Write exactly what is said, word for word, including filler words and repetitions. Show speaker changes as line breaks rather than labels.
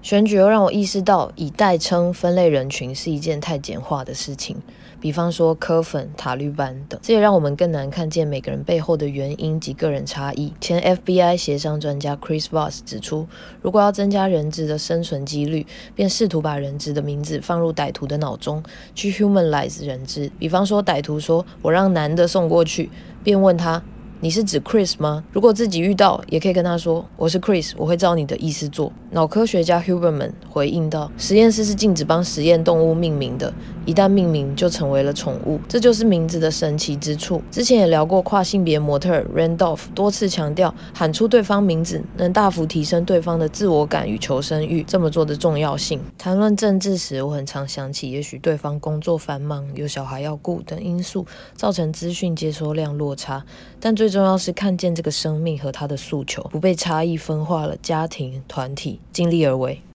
选举又让我意识到，以代称分类人群是一件太简化的事情。比方说科粉、塔利班等，这也让我们更难看见每个人背后的原因及个人差异。前 F B I 协商专家 Chris Voss 指出，如果要增加人质的生存几率，便试图把人质的名字放入歹徒的脑中，去 humanize 人质。比方说，歹徒说我让男的送过去，便问他，你是指 Chris 吗？如果自己遇到，也可以跟他说我是 Chris， 我会照你的意思做。脑科学家 Huberman 回应道，实验室是禁止帮实验动物命名的，一旦命名就成为了宠物，这就是名字的神奇之处。之前也聊过跨性别模特 Randolph 多次强调喊出对方名字能大幅提升对方的自我感与求生欲，这么做的重要性。谈论政治时，我很常想起也许对方工作繁忙，有小孩要顾等因素造成资讯接收量落差，但最重要是看见这个生命和他的诉求不被差异分化了家庭团体，尽力而为。